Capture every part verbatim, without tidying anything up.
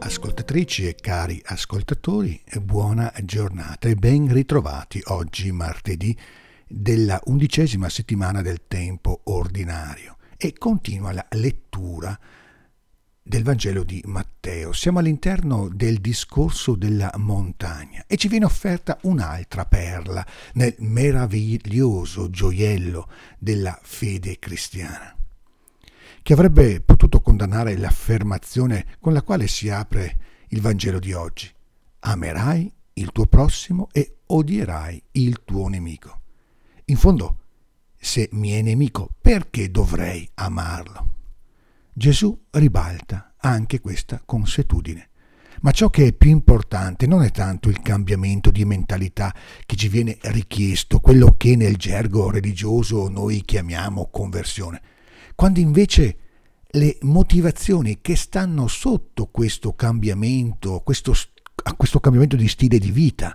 ascoltatrici e cari ascoltatori, buona giornata e ben ritrovati oggi martedì della undicesima settimana del tempo ordinario e continua la lettura del Vangelo di Matteo. Siamo all'interno del discorso della montagna e ci viene offerta un'altra perla nel meraviglioso gioiello della fede cristiana, che avrebbe potuto condannare l'affermazione con la quale si apre il Vangelo di oggi: amerai il tuo prossimo e odierai il tuo nemico. In fondo, se mi è nemico, perché dovrei amarlo? Gesù ribalta anche questa consuetudine. Ma ciò che è più importante non è tanto il cambiamento di mentalità che ci viene richiesto, quello che nel gergo religioso noi chiamiamo conversione, quando invece le motivazioni che stanno sotto questo cambiamento, questo, a questo cambiamento di stile di vita,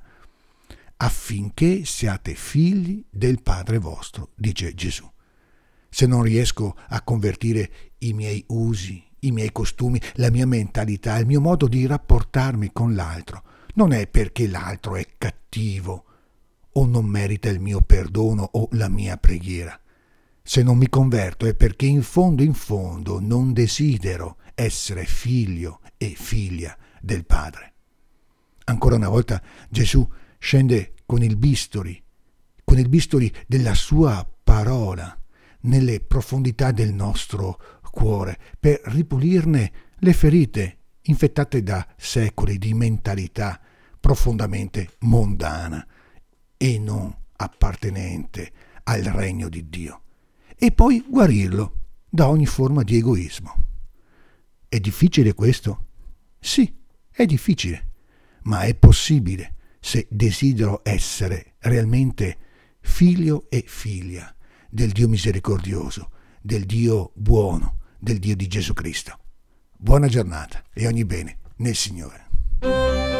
affinché siate figli del Padre vostro, dice Gesù. Se non riesco a convertire i miei usi, i miei costumi, la mia mentalità, il mio modo di rapportarmi con l'altro, non è perché l'altro è cattivo o non merita il mio perdono o la mia preghiera. Se non mi converto è perché in fondo in fondo non desidero essere figlio e figlia del Padre. Ancora una volta Gesù scende con il bisturi, con il bisturi della sua parola, nelle profondità del nostro cuore, per ripulirne le ferite infettate da secoli di mentalità profondamente mondana e non appartenente al regno di Dio, e poi guarirlo da ogni forma di egoismo. È difficile questo? Sì, è difficile, ma è possibile se desidero essere realmente figlio e figlia del Dio misericordioso, del Dio buono, del Dio di Gesù Cristo. Buona giornata e ogni bene nel Signore.